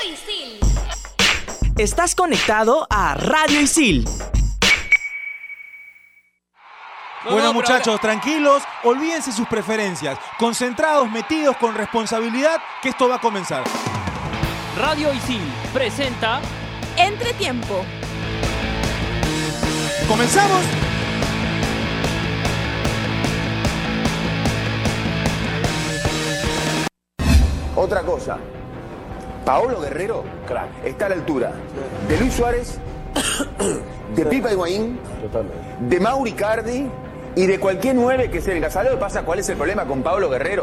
Isil. Estás conectado a Radio Isil. Bueno, muchachos, tranquilos, olvídense sus preferencias, concentrados, metidos con responsabilidad, que esto va a comenzar. Radio Isil presenta Entretiempo. ¡Comenzamos! Otra cosa, Paolo Guerrero, crack, está a la altura de Luis Suárez, de Pipa Higuaín, de Mauri Cardi y de cualquier 9 que se venga. ¿Sabes lo que pasa? ¿Cuál es el problema con Paolo Guerrero?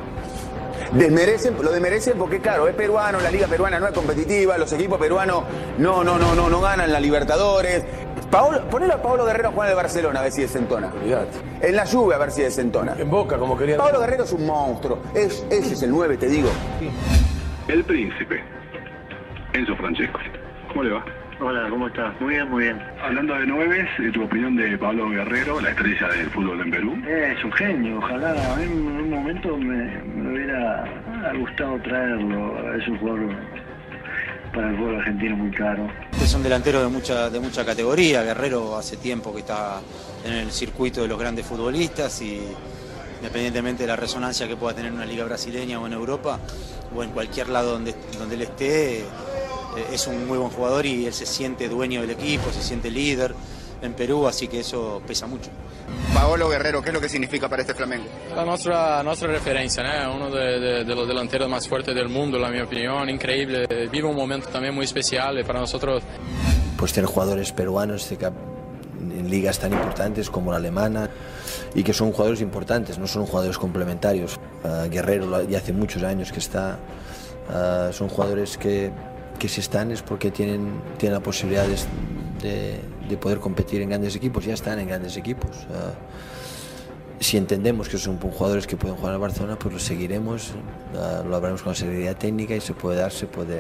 Lo desmerecen porque, claro, es peruano, la liga peruana no es competitiva, los equipos peruanos no ganan la Libertadores. Ponelo a Paolo Guerrero a jugar en el Barcelona a ver si desentona. Olvidate. En la Juve a ver si desentona. En Boca, como quería. Paolo Guerrero es un monstruo. Ese es el 9, te digo. El Príncipe, Enzo Francesco. ¿Cómo le va? Hola, ¿cómo estás? Muy bien, muy bien. Hablando de 9, tu opinión de Pablo Guerrero, la estrella del fútbol en Perú. Es un genio, ojalá. A mí en un momento me hubiera gustado traerlo. Es un jugador para el fútbol argentino muy caro. Es un delantero de mucha categoría. Guerrero hace tiempo que está en el circuito de los grandes futbolistas y independientemente de la resonancia que pueda tener en una liga brasileña o en Europa o en cualquier lado donde él esté, es un muy buen jugador y él se siente dueño del equipo, se siente líder en Perú, así que eso pesa mucho. Paolo Guerrero, ¿qué es lo que significa para este Flamengo? La nuestra referencia, uno de los delanteros más fuertes del mundo, en mi opinión, increíble. Vive un momento también muy especial para nosotros. Pues tener jugadores peruanos en ligas tan importantes como la alemana y que son jugadores importantes, no son jugadores complementarios. Guerrero ya hace muchos años que está, son jugadores que si están es porque tienen la posibilidad de poder competir en grandes equipos, ya están en grandes equipos. Si entendemos que son jugadores que pueden jugar en Barcelona, pues los seguiremos, lo hablaremos con la seguridad técnica y se puede dar.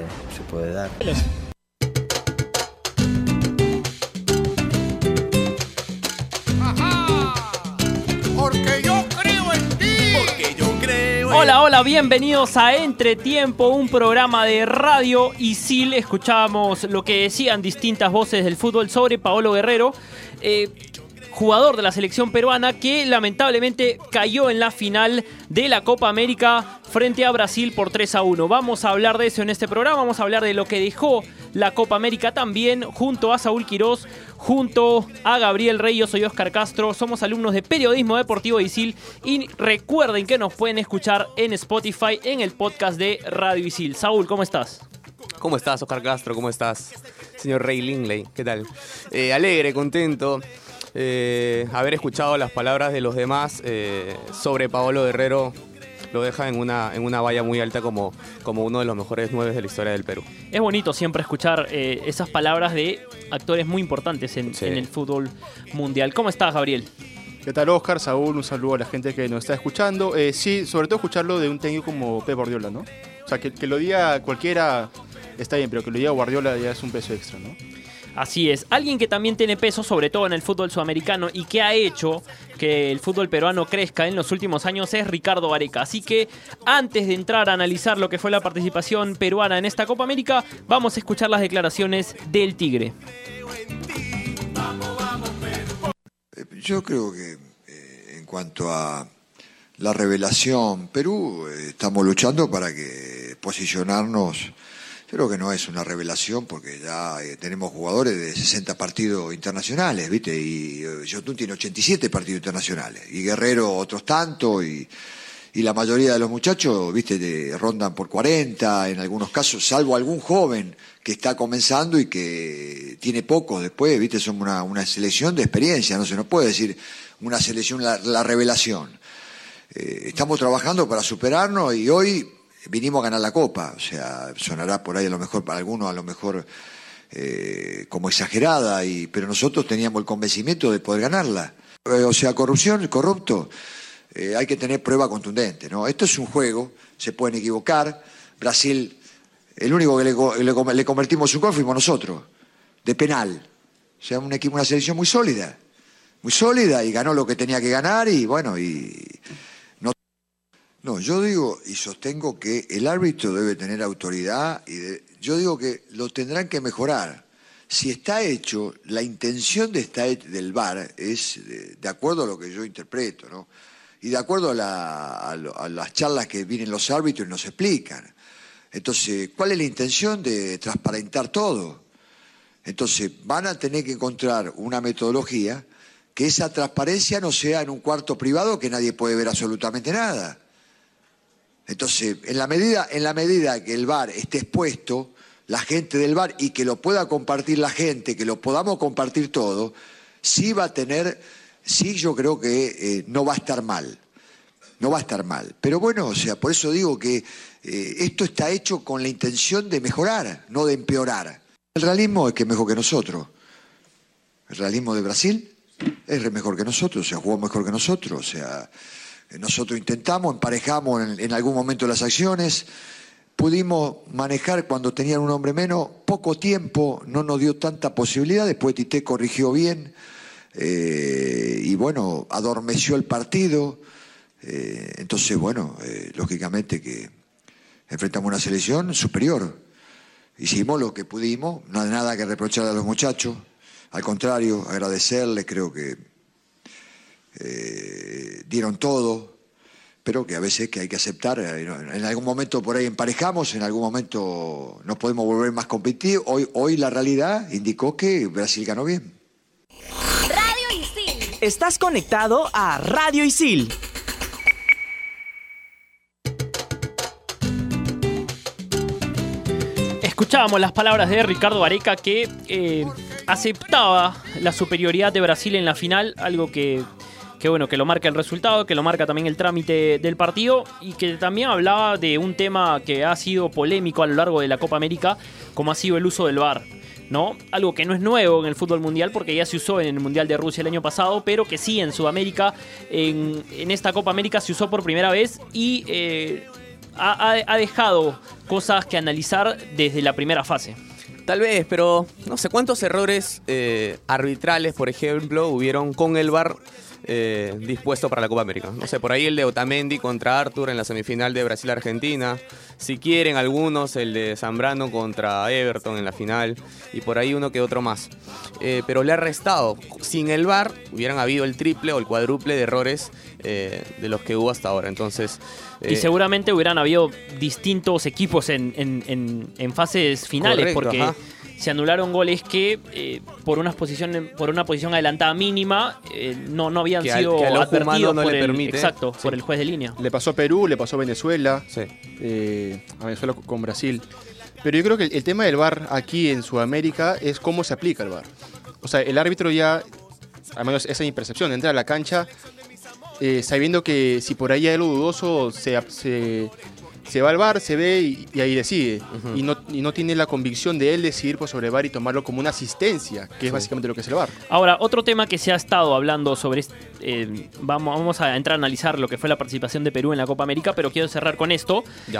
Hola, bienvenidos a Entretiempo, un programa de Radio Isil. Escuchábamos lo que decían distintas voces del fútbol sobre Paolo Guerrero, jugador de la selección peruana que lamentablemente cayó en la final de la Copa América frente a Brasil por 3-1. Vamos a hablar de eso en este programa, vamos a hablar de lo que dejó la Copa América también, junto a Saúl Quirós, junto a Gabriel Rey. Yo soy Oscar Castro, somos alumnos de Periodismo Deportivo de Isil y recuerden que nos pueden escuchar en Spotify en el podcast de Radio Isil. Saúl, ¿cómo estás? ¿Cómo estás, Oscar Castro? ¿Cómo estás, señor Rey Lingley? ¿Qué tal? Alegre, contento. Haber escuchado las palabras de los demás sobre Paolo Guerrero lo deja en una valla muy alta como uno de los mejores 9 de la historia del Perú. Es bonito siempre escuchar esas palabras de actores muy importantes en el fútbol mundial. ¿Cómo estás, Gabriel? ¿Qué tal, Oscar? Saúl, un saludo a la gente que nos está escuchando. Sí, sobre todo escucharlo de un técnico como Pep Guardiola, ¿no? O sea, que lo diga cualquiera está bien, pero que lo diga Guardiola ya es un peso extra, ¿no? Así es. Alguien que también tiene peso, sobre todo en el fútbol sudamericano, y que ha hecho que el fútbol peruano crezca en los últimos años es Ricardo Gareca. Así que antes de entrar a analizar lo que fue la participación peruana en esta Copa América, vamos a escuchar las declaraciones del Tigre. Yo creo que en cuanto a la revelación, Perú estamos luchando para que posicionarnos. Creo que no es una revelación porque ya tenemos jugadores de 60 partidos internacionales, ¿viste? Y Yotun tiene 87 partidos internacionales. Y Guerrero otros tantos. Y la mayoría de los muchachos, ¿viste? Rondan por 40, en algunos casos, salvo algún joven que está comenzando y que tiene pocos después, ¿viste? Somos una selección de experiencia, no se nos puede decir una selección, la revelación. Estamos trabajando para superarnos y hoy vinimos a ganar la Copa, o sea, sonará por ahí a lo mejor para algunos, a lo mejor como exagerada, pero nosotros teníamos el convencimiento de poder ganarla. O sea, corrupto, hay que tener prueba contundente, ¿no? Esto es un juego, se pueden equivocar. Brasil, el único que le convertimos un gol fuimos nosotros, de penal. O sea, una selección muy sólida y ganó lo que tenía que ganar y bueno, No, yo digo y sostengo que el árbitro debe tener autoridad yo digo que lo tendrán que mejorar. Si está hecho, la intención del VAR es de acuerdo a lo que yo interpreto, ¿no? Y de acuerdo a las charlas que vienen los árbitros y nos explican. Entonces, ¿cuál es la intención de transparentar todo? Entonces, van a tener que encontrar una metodología que esa transparencia no sea en un cuarto privado que nadie puede ver absolutamente nada. Entonces, en la medida que el VAR esté expuesto, la gente del VAR, y que lo pueda compartir la gente, que lo podamos compartir todo, sí yo creo que no va a estar mal. No va a estar mal. Pero bueno, o sea, por eso digo que esto está hecho con la intención de mejorar, no de empeorar. El realismo es que es mejor que nosotros. El realismo de Brasil es mejor que nosotros, o sea, jugó mejor que nosotros, o sea, nosotros intentamos, emparejamos en algún momento las acciones, pudimos manejar cuando tenían un hombre menos, poco tiempo, no nos dio tanta posibilidad, después Tite corrigió bien, y bueno, adormeció el partido, entonces bueno, lógicamente que enfrentamos una selección superior, hicimos lo que pudimos, no hay nada que reprochar a los muchachos. Al contrario, agradecerles, creo que dieron todo, pero que a veces que hay que aceptar. En algún momento por ahí emparejamos, en algún momento nos podemos volver más competitivos. Hoy la realidad indicó que Brasil ganó bien. Radio Isil. Estás conectado a Radio Isil. Escuchábamos las palabras de Ricardo Gareca que aceptaba la superioridad de Brasil en la final, algo que bueno, que lo marca el resultado, que lo marca también el trámite del partido, y que también hablaba de un tema que ha sido polémico a lo largo de la Copa América, como ha sido el uso del VAR, ¿no? Algo que no es nuevo en el fútbol mundial, porque ya se usó en el Mundial de Rusia el año pasado, pero que sí en Sudamérica, en esta Copa América se usó por primera vez y ha dejado cosas que analizar desde la primera fase. Tal vez, pero no sé cuántos errores arbitrales, por ejemplo, hubieron con el VAR dispuesto para la Copa América. No sé, por ahí el de Otamendi contra Arthur en la semifinal de Brasil-Argentina. Si quieren algunos, el de Zambrano contra Everton en la final. Y por ahí uno que otro más. Pero le ha restado. Sin el VAR hubieran habido el triple o el cuádruple de errores de los que hubo hasta ahora. Entonces... y seguramente hubieran habido distintos equipos en fases finales. Correcto, porque... Ajá. Se anularon goles que por una posición adelantada mínima no habían sido advertidos por el juez de línea. Le pasó a Perú, le pasó a Venezuela, sí. A Venezuela con Brasil. Pero yo creo que el tema del VAR aquí en Sudamérica es cómo se aplica el VAR. O sea, el árbitro ya, al menos esa es mi percepción, entra a la cancha sabiendo que si por ahí hay algo dudoso se va al VAR, se ve y ahí decide. Uh-huh. Y no tiene la convicción de él decidir por sobre el VAR y tomarlo como una asistencia, que es básicamente lo que es el VAR. Ahora, otro tema que se ha estado hablando sobre... vamos a entrar a analizar lo que fue la participación de Perú en la Copa América, pero quiero cerrar con esto.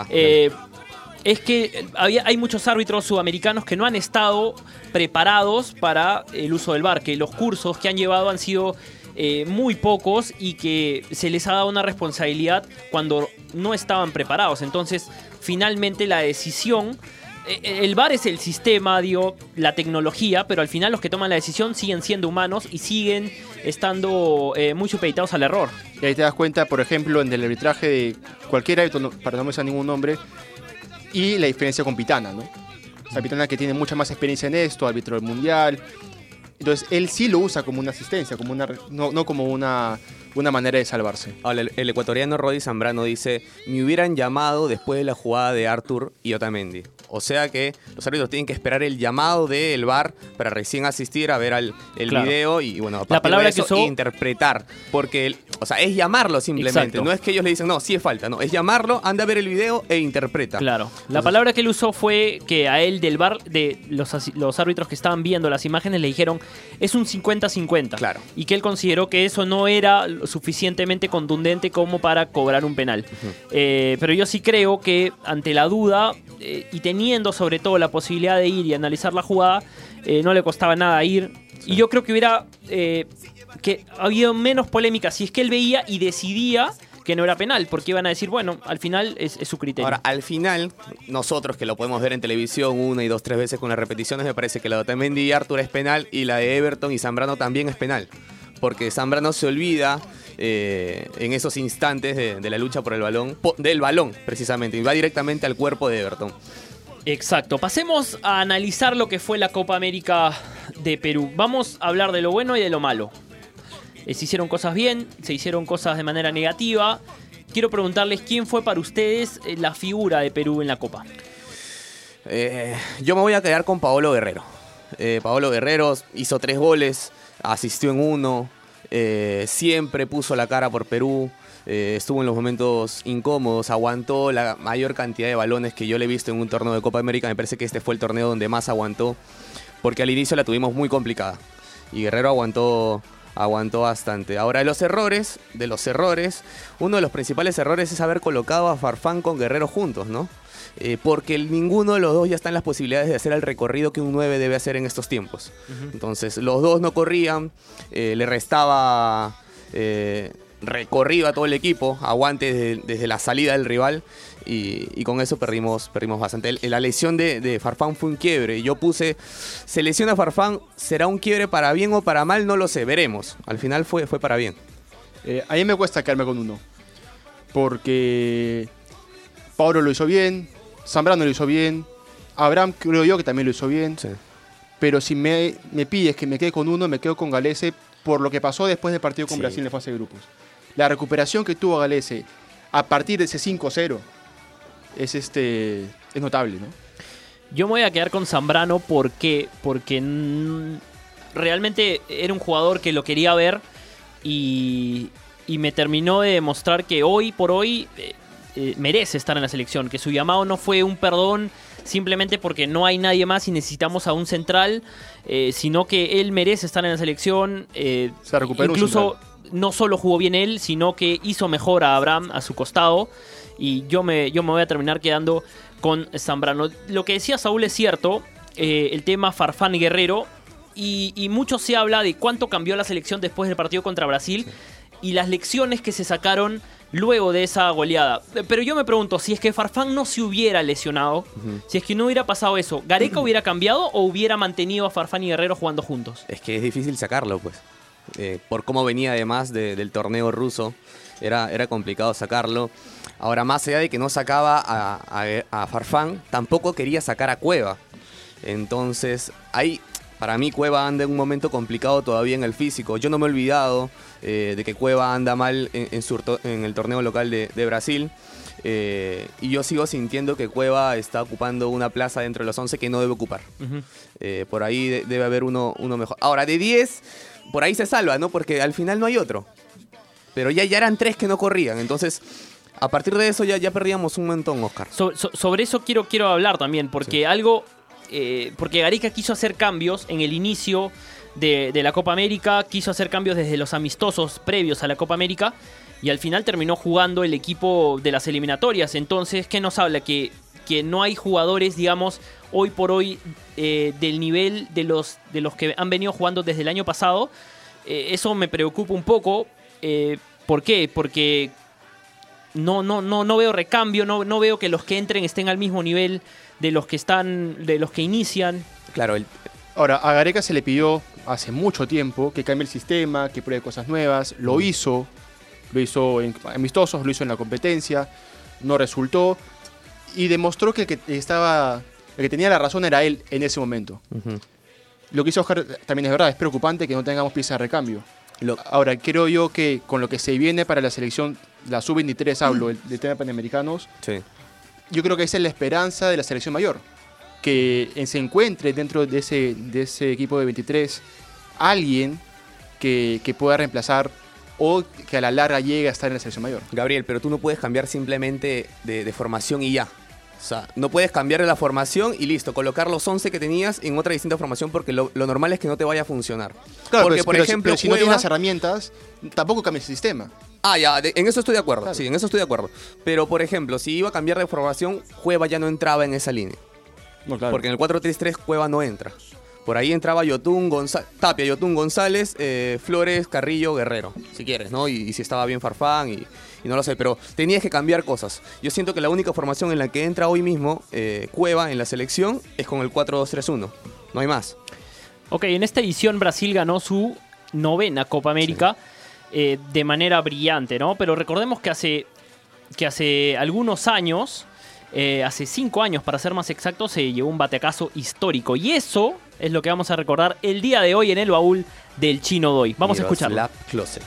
Es que hay muchos árbitros sudamericanos que no han estado preparados para el uso del VAR, que los cursos que han llevado han sido... muy pocos y que se les ha dado una responsabilidad cuando no estaban preparados. Entonces, finalmente la decisión... el VAR es el sistema, la tecnología, pero al final los que toman la decisión siguen siendo humanos y siguen estando muy supeditados al error. Y ahí te das cuenta, por ejemplo, en el arbitraje de cualquier árbitro, para no mencionar ningún nombre, y la diferencia con Pitana, ¿no? O sea, Pitana que tiene mucha más experiencia en esto, árbitro del Mundial... Entonces, él sí lo usa como una asistencia, como no como una manera de salvarse. Ahora, el ecuatoriano Roddy Zambrano dice: me hubieran llamado después de la jugada de Arthur y Otamendi. O sea que los árbitros tienen que esperar el llamado del VAR para recién asistir a ver el video y, bueno, a partir de eso, interpretar. Porque, es llamarlo simplemente. Exacto. No es que ellos le dicen, no, sí es falta. No, es llamarlo, anda a ver el video e interpreta. Claro. La palabra que él usó fue que a él del VAR, de los árbitros que estaban viendo las imágenes, le dijeron, es un 50-50. Claro. Y que él consideró que eso no era suficientemente contundente como para cobrar un penal. Uh-huh. Pero yo sí creo que ante la duda y teniendo sobre todo la posibilidad de ir y analizar la jugada, no le costaba nada ir. Sí. Y yo creo que hubiera que había menos polémica si es que él veía y decidía que no era penal, porque iban a decir, bueno, al final es su criterio. Ahora, al final, nosotros que lo podemos ver en televisión 1 y 2, 3 veces con las repeticiones, me parece que la de Otamendi y Arthur es penal y la de Everton y Zambrano también es penal. Porque Zambrano se olvida en esos instantes de la lucha por el balón, del balón precisamente, y va directamente al cuerpo de Everton. Exacto. Pasemos a analizar lo que fue la Copa América de Perú. Vamos a hablar de lo bueno y de lo malo. Se hicieron cosas bien, se hicieron cosas de manera negativa. Quiero preguntarles quién fue para ustedes la figura de Perú en la Copa. Yo me voy a quedar con Paolo Guerrero. Paolo Guerrero hizo 3 goles, asistió en 1, siempre puso la cara por Perú. Estuvo en los momentos incómodos, aguantó la mayor cantidad de balones que yo le he visto en un torneo de Copa América. Me parece que este fue el torneo donde más aguantó, porque al inicio la tuvimos muy complicada y Guerrero aguantó bastante. Ahora, de los errores, uno de los principales errores es haber colocado a Farfán con Guerrero juntos, ¿no? Porque ninguno de los dos ya está en las posibilidades de hacer el recorrido que un 9 debe hacer en estos tiempos. Entonces, los dos no corrían, le restaba recorrido a todo el equipo, aguante desde la salida del rival, y con eso perdimos bastante. La lesión de Farfán fue un quiebre. Yo puse, se lesiona Farfán, ¿será un quiebre para bien o para mal? No lo sé, veremos. Al final fue para bien. A mí me cuesta quedarme con uno, porque Paolo lo hizo bien, Zambrano lo hizo bien, Abraham creo yo que también lo hizo bien, sí. Pero si me pides que me quede con uno, me quedo con Gallese por lo que pasó después del partido con Brasil en la fase de grupos. La recuperación que tuvo Gallese a partir de ese 5-0 es notable, ¿no? Yo me voy a quedar con Zambrano porque realmente era un jugador que lo quería ver y me terminó de demostrar que hoy por hoy merece estar en la selección, que su llamado no fue un perdón simplemente porque no hay nadie más y necesitamos a un central, sino que él merece estar en la selección. Se recuperó incluso no solo jugó bien él, sino que hizo mejor a Abraham a su costado, y yo me voy a terminar quedando con Zambrano. Lo que decía Saúl es cierto, el tema Farfán y Guerrero, y mucho se habla de cuánto cambió la selección después del partido contra Brasil, y las lecciones que se sacaron luego de esa goleada. Pero yo me pregunto, si es que Farfán no se hubiera lesionado, si es que no hubiera pasado eso, ¿Gareca hubiera cambiado o hubiera mantenido a Farfán y Guerrero jugando juntos? Es que es difícil sacarlo, pues. Por cómo venía además del torneo ruso, era complicado sacarlo. Ahora, más allá de que no sacaba a Farfán, tampoco quería sacar a Cueva. Entonces, ahí, para mí, Cueva anda en un momento complicado todavía en el físico. Yo no me he olvidado de que Cueva anda mal en el torneo local de Brasil. Y yo sigo sintiendo que Cueva está ocupando una plaza dentro de los 11 que no debe ocupar. Por ahí debe haber uno mejor. Ahora, de 10, por ahí se salva, ¿no? Porque al final no hay otro. Pero ya eran 3 que no corrían. Entonces, a partir de eso ya perdíamos un montón, Oscar. Sobre eso quiero hablar también, porque porque Gareca quiso hacer cambios en el inicio de la Copa América, quiso hacer cambios desde los amistosos previos a la Copa América, y al final terminó jugando el equipo de las eliminatorias. Entonces, ¿qué nos habla? Que no hay jugadores, digamos, hoy por hoy del nivel de los que han venido jugando desde el año pasado. Eso me preocupa un poco. ¿Por qué? Porque no veo recambio, no veo que los que entren estén al mismo nivel de los que inician. Claro. Ahora, a Gareca se le pidió hace mucho tiempo que cambie el sistema, que pruebe cosas nuevas. Lo hizo en amistosos, lo hizo en la competencia, no resultó, y demostró que el que tenía la razón era él en ese momento. Lo que hizo Oscar también es verdad, es preocupante que no tengamos pieza de recambio. Ahora, creo yo que con lo que se viene para la selección, la sub-23 hablo, del tema panamericanos, yo creo que esa es la esperanza de la selección mayor, que se encuentre dentro de ese equipo de 23 alguien que pueda reemplazar o que a la larga llegue a estar en la selección mayor. Gabriel, pero tú no puedes cambiar simplemente de formación y ya. O sea, no puedes cambiar la formación y listo, colocar los 11 que tenías en otra distinta formación, porque lo normal es que no te vaya a funcionar. Claro, porque, por ejemplo, pero si no tienes las herramientas, tampoco cambias el sistema. En eso estoy de acuerdo. Claro. Sí, en eso estoy de acuerdo. Pero, por ejemplo, si iba a cambiar de formación, Cueva ya no entraba en esa línea. No, claro. Porque en el 4-3-3 Cueva no entra. Por ahí entraba Tapia, Yotún, González, Flores, Carrillo, Guerrero, si quieres, ¿no? Y si estaba bien Farfán y no lo sé, pero tenías que cambiar cosas. Yo siento que la única formación en la que entra hoy mismo Cueva en la selección es con el 4-2-3-1. No hay más. Ok, en esta edición Brasil ganó su 9ª Copa América de manera brillante, ¿no? Pero recordemos que hace algunos años, hace 5 años para ser más exacto, se llevó un bateacazo histórico. Y eso es lo que vamos a recordar el día de hoy en el baúl del Chino Doy. Vamos a escucharlo. Miroslav Klose.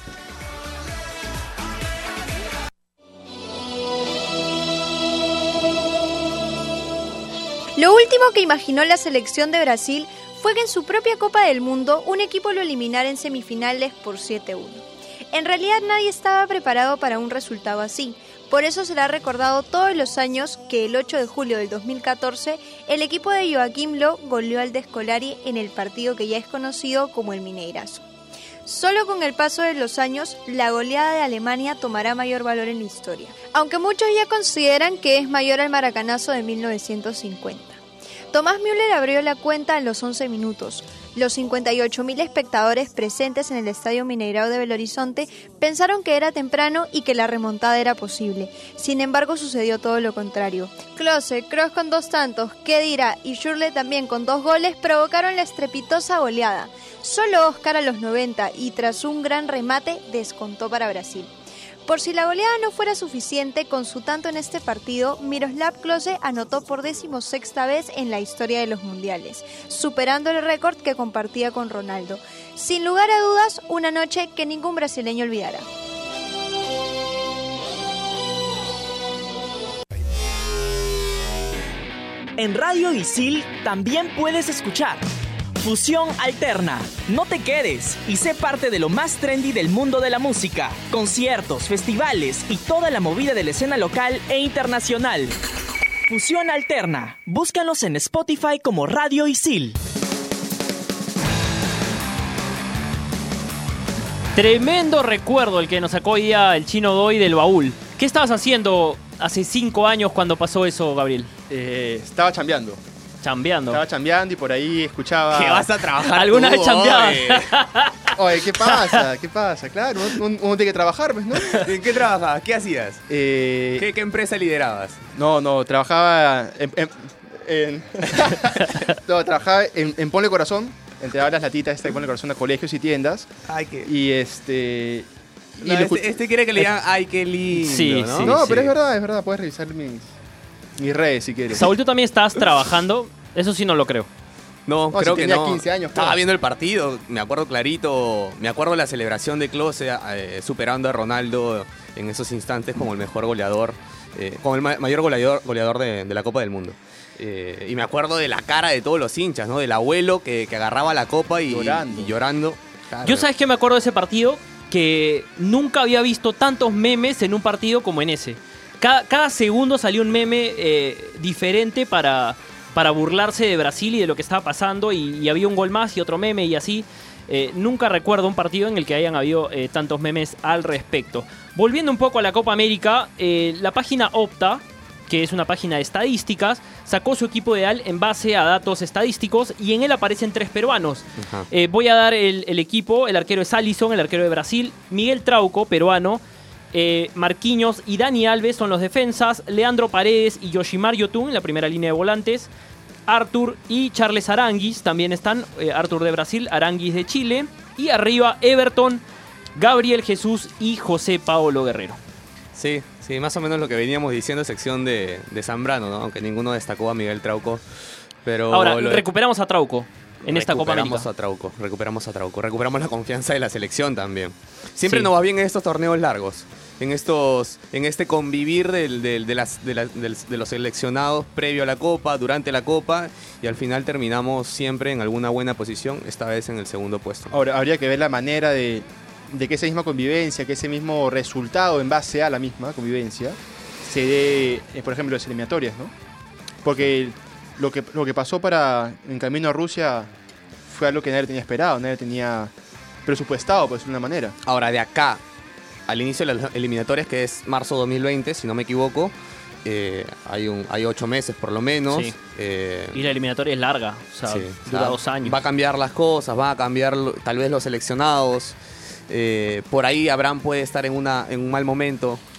Lo último que imaginó la selección de Brasil fue que en su propia Copa del Mundo un equipo lo eliminara en semifinales por 7-1. En realidad nadie estaba preparado para un resultado así. Por eso será recordado todos los años que el 8 de julio del 2014 el equipo de Joaquim Löw goleó al de Scolari en el partido que ya es conocido como el Mineirazo. Solo con el paso de los años, la goleada de Alemania tomará mayor valor en la historia, aunque muchos ya consideran que es mayor al maracanazo de 1950. Tomás Müller abrió la cuenta a los 11 minutos. Los 58.000 espectadores presentes en el Estadio Mineirao de Belo Horizonte pensaron que era temprano y que la remontada era posible. Sin embargo, sucedió todo lo contrario. Klose, Kroos con 2 tantos, Khedira y Schürrle también con 2 goles provocaron la estrepitosa goleada. Solo Oscar a los 90 y tras un gran remate descontó para Brasil. Por si la goleada no fuera suficiente, con su tanto en este partido, Miroslav Klose anotó por 16ª vez en la historia de los mundiales, superando el récord que compartía con Ronaldo. Sin lugar a dudas, una noche que ningún brasileño olvidará. En Radio Isil también puedes escuchar Fusión Alterna. No te quedes y sé parte de lo más trendy del mundo de la música. Conciertos, festivales y toda la movida de la escena local e internacional. Fusión Alterna. Búscanos en Spotify como Radio Isil. Tremendo recuerdo el que nos sacó hoy día el Chino Doy del baúl. ¿Qué estabas haciendo hace 5 años cuando pasó eso, Gabriel? Estaba chambeando. Estaba chambeando y por ahí escuchaba... ¿Qué vas a trabajar ¿Alguna vez chambeabas? Oye, ¿qué pasa? Claro, uno tiene que trabajar, pues, ¿no? ¿En qué trabajabas? ¿Qué hacías? ¿Qué empresa liderabas? No, trabajaba trabajaba en Ponle Corazón. Entregaba las latitas de Ponle Corazón a colegios y tiendas. Ay, qué... Y este quiere que le digan, ay, qué lindo, sí, ¿no? Sí, no, pero es verdad, puedes revisar mis redes si quieres. Saúl, ¿tú también estás trabajando? Eso sí no lo creo. No, creo si que tenía no. 15 años. Estaba viendo el partido, me acuerdo clarito. Me acuerdo la celebración de Klose superando a Ronaldo en esos instantes como el mejor goleador, como el mayor goleador de la Copa del Mundo. Y me acuerdo de la cara de todos los hinchas, ¿no? Del abuelo que agarraba la copa y llorando. Claro. Yo, ¿sabes qué me acuerdo de ese partido? Que nunca había visto tantos memes en un partido como en ese. Cada segundo salió un meme diferente para burlarse de Brasil y de lo que estaba pasando, y había un gol más y otro meme y así. Nunca recuerdo un partido en el que hayan habido tantos memes al respecto. Volviendo un poco a la Copa América, la página Opta, que es una página de estadísticas, sacó su equipo ideal en base a datos estadísticos y en él aparecen 3 peruanos. Voy a dar el equipo. El arquero es Alisson, el arquero de Brasil. Miguel Trauco, peruano. Marquinhos y Dani Alves son los defensas. Leandro Paredes y Yoshimar Yotun en la primera línea de volantes. Arthur y Charles Aranguis también están. Arthur de Brasil, Aranguis de Chile. Y arriba Everton, Gabriel Jesús y José Paolo Guerrero. Sí, más o menos lo que veníamos diciendo, sección de Zambrano, ¿no? Aunque ninguno destacó a Miguel Trauco. Pero ahora, recuperamos a Trauco en esta Copa América. Recuperamos a Trauco. Recuperamos la confianza de la selección también. Siempre nos va bien en estos torneos largos. En este convivir de los seleccionados previo a la Copa, durante la Copa, y al final terminamos siempre en alguna buena posición, esta vez en el segundo puesto. Ahora, habría que ver la manera de que esa misma convivencia, que ese mismo resultado en base a la misma convivencia se dé, por ejemplo, en las eliminatorias, ¿no? Porque lo que pasó en camino a Rusia fue algo que nadie tenía esperado, nadie tenía presupuestado, por decirlo de una manera. Ahora, de acá al inicio de las eliminatorias, que es marzo 2020, si no me equivoco, hay 8 meses por lo menos. Sí. Y la eliminatoria es larga, dura 2 años. Va a cambiar las cosas, va a cambiar tal vez los seleccionados. Por ahí Abraham puede estar en un mal momento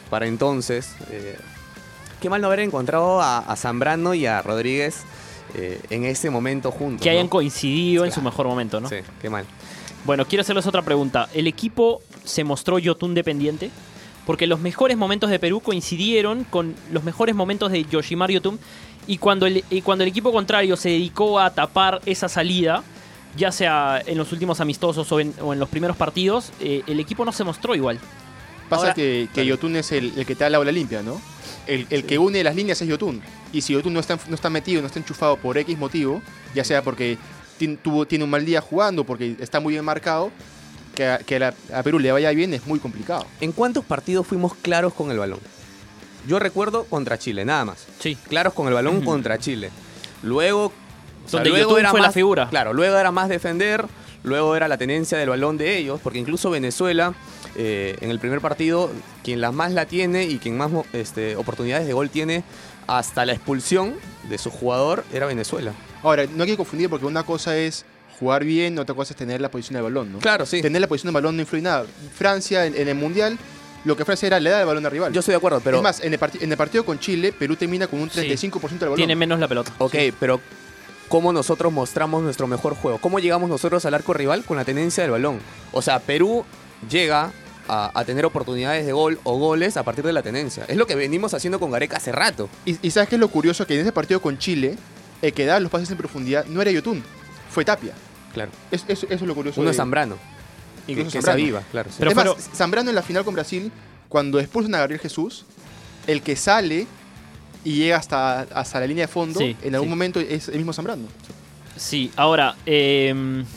para entonces. Qué mal no haber encontrado a Zambrano y a Rodríguez en ese momento juntos. Que hayan coincidido en su mejor momento, ¿no? Sí, qué mal. Bueno, quiero hacerles otra pregunta. ¿El equipo se mostró Yotun dependiente? Porque los mejores momentos de Perú coincidieron con los mejores momentos de Yoshimar Yotun. Y cuando el equipo contrario se dedicó a tapar esa salida, ya sea en los últimos amistosos o en los primeros partidos, el equipo no se mostró igual. Pasa Ahora, que Yotun es el que te da la bola limpia, ¿no? El que une las líneas es Yotun. Y si Yotun no está metido, no está enchufado por X motivo, ya sea porque tiene un mal día jugando, porque está muy bien marcado, que a Perú le vaya bien es muy complicado. ¿En cuántos partidos fuimos claros con el balón? Yo recuerdo contra Chile, nada más. Sí. Claros con el balón contra Chile. Luego... Donde Yotun fue la figura. Claro, luego era más defender, luego era la tenencia del balón de ellos, porque incluso Venezuela, en el primer partido, quien más la tiene y quien más oportunidades de gol tiene hasta la expulsión de su jugador era Venezuela. Ahora, no hay que confundir porque una cosa es jugar bien, otra cosa es tener la posición del balón, ¿no? Claro, sí. Tener la posición del balón no influye nada. Francia, en el Mundial, lo que Francia era le da el balón al rival. Yo estoy de acuerdo, pero... Es más, en el partido con Chile, Perú termina con un 35% del balón. Tiene menos la pelota. Ok, pero ¿cómo nosotros mostramos nuestro mejor juego? ¿Cómo llegamos nosotros al arco rival? Con la tenencia del balón. O sea, Perú llega a tener oportunidades de gol o goles a partir de la tenencia. Es lo que venimos haciendo con Gareca hace rato. Y ¿sabes qué es lo curioso? Que en ese partido con Chile, el que daba los pases en profundidad no era Yotun, fue Tapia. Claro. Eso es lo curioso. Uno es Zambrano. Incluso que Zambrano. se aviva, claro. Sí. Pero es más, Zambrano en la final con Brasil, cuando expulsan a Gabriel Jesús, el que sale y llega hasta la línea de fondo, en algún momento es el mismo Zambrano. Sí, ahora, se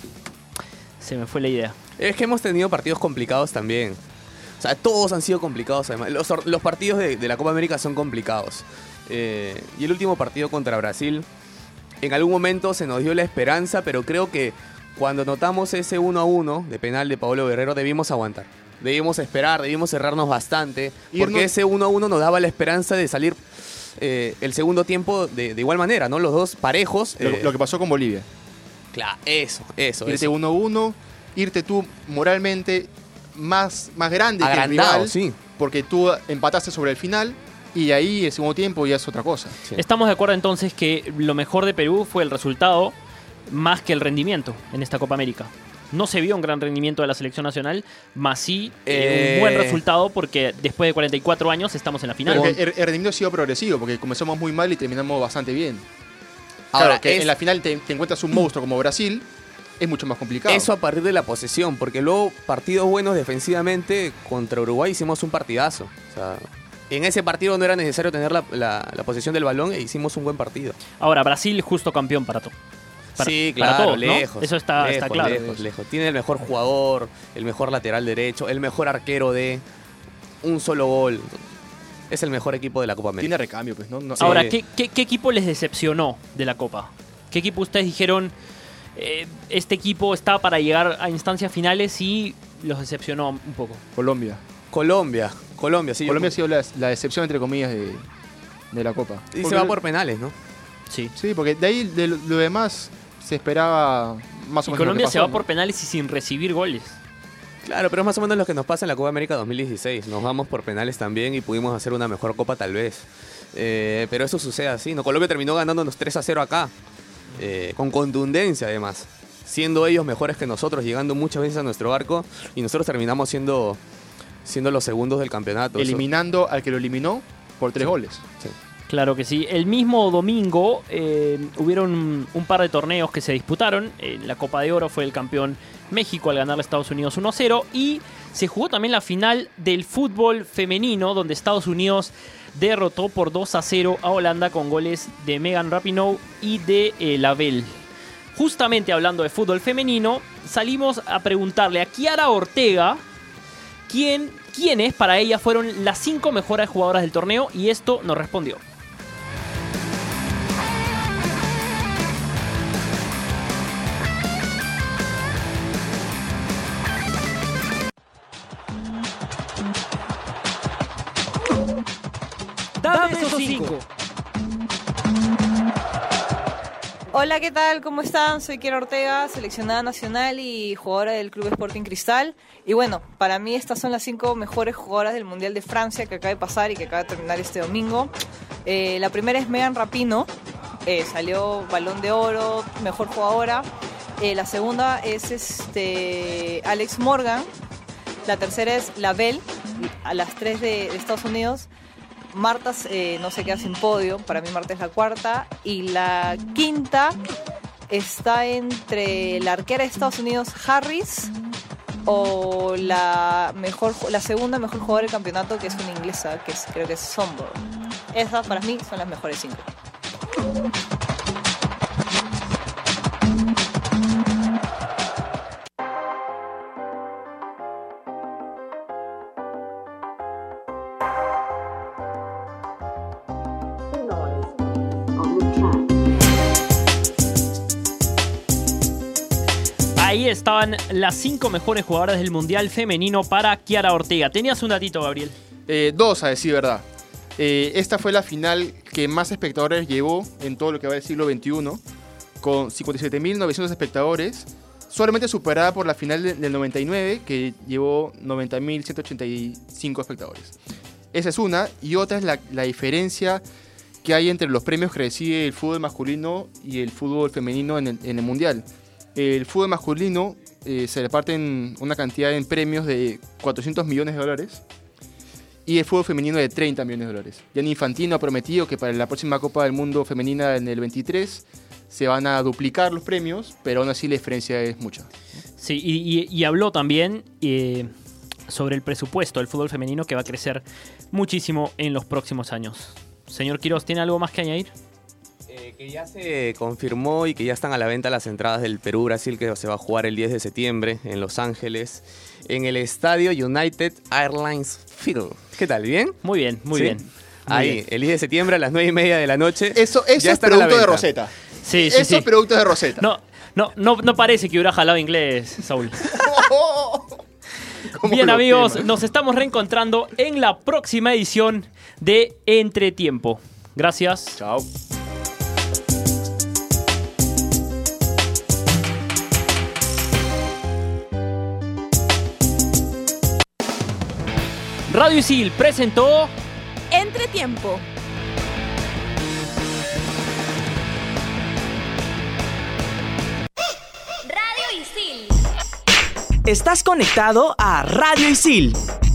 me fue la idea. Es que hemos tenido partidos complicados también. O sea, todos han sido complicados además. Los partidos de la Copa América son complicados. Y el último partido contra Brasil, en algún momento se nos dio la esperanza, pero creo que cuando notamos ese 1-1 de penal de Paolo Guerrero debimos aguantar. Debimos esperar, debimos cerrarnos bastante, porque ese 1-1 nos daba la esperanza de salir el segundo tiempo de igual manera, ¿no? Los dos parejos. Lo que pasó con Bolivia. Claro, eso. Irte 1-1, irte tú moralmente más grande que el rival, sí. Porque tú empataste sobre el final y ahí el segundo tiempo ya es otra cosa. Sí. Estamos de acuerdo entonces que lo mejor de Perú fue el resultado más que el rendimiento en esta Copa América. No se vio un gran rendimiento de la selección nacional, más sí un buen resultado porque después de 44 años estamos en la final. El rendimiento ha sido progresivo porque comenzamos muy mal y terminamos bastante bien. Ahora, claro, que en la final te encuentras un monstruo como Brasil, es mucho más complicado. Eso a partir de la posesión, porque luego partidos buenos defensivamente contra Uruguay hicimos un partidazo. O sea, en ese partido no era necesario tener la posesión del balón e hicimos un buen partido. Ahora, Brasil justo campeón para todo. Sí, claro, para todos, lejos. ¿no? Eso está claro. Lejos. Tiene el mejor jugador, el mejor lateral derecho, el mejor arquero de un solo gol. Es el mejor equipo de la Copa América. Tiene recambio, pues, ¿no? Ahora, ¿qué equipo les decepcionó de la Copa? ¿Qué equipo ustedes dijeron, este equipo está para llegar a instancias finales y los decepcionó un poco? Colombia, sí. Colombia ha sido la decepción, entre comillas, de la Copa. Y se va por penales, ¿no? Sí, porque de ahí de lo demás se esperaba más o menos. Y Colombia pasó, se va ¿no? por penales y sin recibir goles. Claro, pero es más o menos lo que nos pasa en la Copa América 2016. Nos vamos por penales también y pudimos hacer una mejor Copa tal vez. Pero eso sucede así, ¿no? Colombia terminó ganándonos 3-0 acá. Con contundencia además. Siendo ellos mejores que nosotros, llegando muchas veces a nuestro arco. Y nosotros terminamos siendo los segundos del campeonato. Eliminando al que lo eliminó por 3 goles. Sí. Claro que sí. El mismo domingo hubieron un par de torneos que se disputaron. La Copa de Oro fue el campeón México al ganarle a Estados Unidos 1-0. Y se jugó también la final del fútbol femenino, donde Estados Unidos derrotó por 2-0 a Holanda con goles de Megan Rapinoe y de Label. Justamente hablando de fútbol femenino, salimos a preguntarle a Kiara Ortega quiénes para ella fueron las 5 mejores jugadoras del torneo, y esto nos respondió. Dame esos 5. Hola, ¿qué tal? ¿Cómo están? Soy Kiara Ortega, seleccionada nacional y jugadora del Club Sporting Cristal. Y bueno, para mí estas son las 5 mejores jugadoras del Mundial de Francia que acaba de pasar y que acaba de terminar este domingo. La primera es Megan Rapinoe, salió Balón de Oro, mejor jugadora. La segunda es Alex Morgan. La tercera es Labelle, a las 3 de Estados Unidos. Marta no se queda sin podio, para mí Marta es la cuarta. Y la quinta está entre la arquera de Estados Unidos, Harris, o la segunda mejor jugadora del campeonato, que es una inglesa, creo que es Somber. Esas para mí son las mejores 5. Ahí estaban las 5 mejores jugadoras del Mundial Femenino para Kiara Ortega. ¿Tenías un datito, Gabriel? 2, a decir verdad. Esta fue la final que más espectadores llevó en todo lo que va del siglo XXI, con 57.900 espectadores, solamente superada por la final del 99, que llevó 90.185 espectadores. Esa es una, y otra es la diferencia que hay entre los premios que recibe el fútbol masculino y el fútbol femenino en el Mundial. El fútbol masculino se reparten una cantidad en premios de $400 millones y el fútbol femenino de $30 millones. Gianni Infantino ha prometido que para la próxima Copa del Mundo femenina en el 23 se van a duplicar los premios, pero aún así la diferencia es mucha. Sí, y habló también sobre el presupuesto del fútbol femenino, que va a crecer muchísimo en los próximos años. Señor Quiroz, ¿tiene algo más que añadir? Que ya se confirmó y que ya están a la venta las entradas del Perú-Brasil, que se va a jugar el 10 de septiembre en Los Ángeles, en el estadio United Airlines Field. ¿Qué tal? ¿Bien? Muy bien, muy ¿Sí? bien. Ahí, bien. El 10 de septiembre a las 9:30 de la noche. Eso es producto de Rosetta. Sí. Eso es producto de Rosetta. No parece que hubiera jalado inglés, Saúl. Bien, amigos, nos estamos reencontrando en la próxima edición de Entretiempo. Gracias. Chao. Radio Isil presentó Entretiempo. Radio Isil. Estás conectado a Radio Isil.